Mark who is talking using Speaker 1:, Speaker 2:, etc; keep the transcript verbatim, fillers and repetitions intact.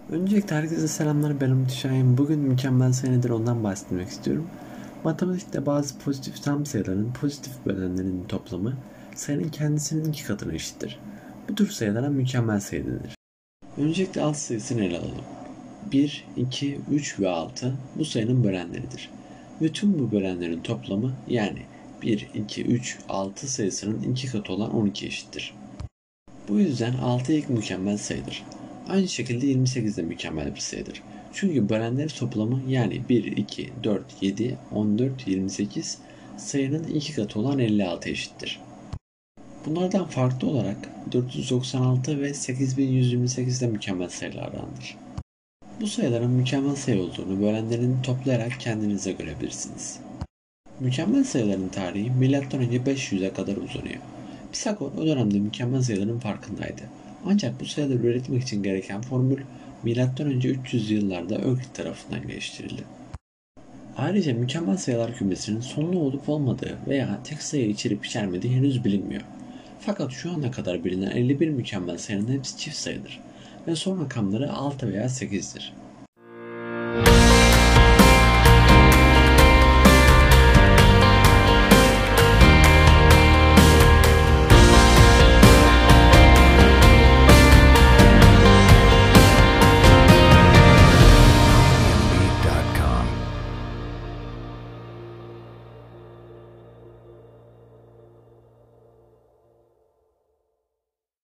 Speaker 1: Öncelikle herkese selamlar, ben Umut Şahin. Bugün mükemmel sayı nedir ondan bahsetmek istiyorum. Matematikte bazı pozitif tam sayıların pozitif bölenlerinin toplamı sayının kendisinin iki katına eşittir. Bu tür sayılara mükemmel sayı denir. Öncelikle alt sayısını ele alalım. bir, iki, üç ve altı bu sayının bölenleridir. Ve tüm bu bölenlerin toplamı yani bir, iki, üç, altı sayısının iki katı olan on iki eşittir. Bu yüzden altı ilk mükemmel sayıdır. Aynı şekilde yirmi sekiz de mükemmel bir sayıdır. Çünkü bölenleri toplamı yani bir, iki, dört, yedi, on dört, yirmi sekiz sayının iki katı olan elli altı eşittir. Bunlardan farklı olarak dört yüz doksan altı ve sekiz bin yüz yirmi sekiz de mükemmel sayılardandır. Bu sayıların mükemmel sayı olduğunu bölenlerini toplayarak kendinize görebilirsiniz. Mükemmel sayıların tarihi milattan önce beş yüze kadar uzanıyor. Pisagor o dönemde mükemmel sayıların farkındaydı. Ancak bu sayıları üretmek için gereken formül milattan önce üç yüzlü yıllarda Öklit tarafından geliştirildi. Ayrıca mükemmel sayılar kümesinin sonlu olup olmadığı veya tek sayı içerip içermediği henüz bilinmiyor. Fakat şu ana kadar bilinen elli bir mükemmel sayının hepsi çift sayıdır ve son rakamları altı veya sekizdir.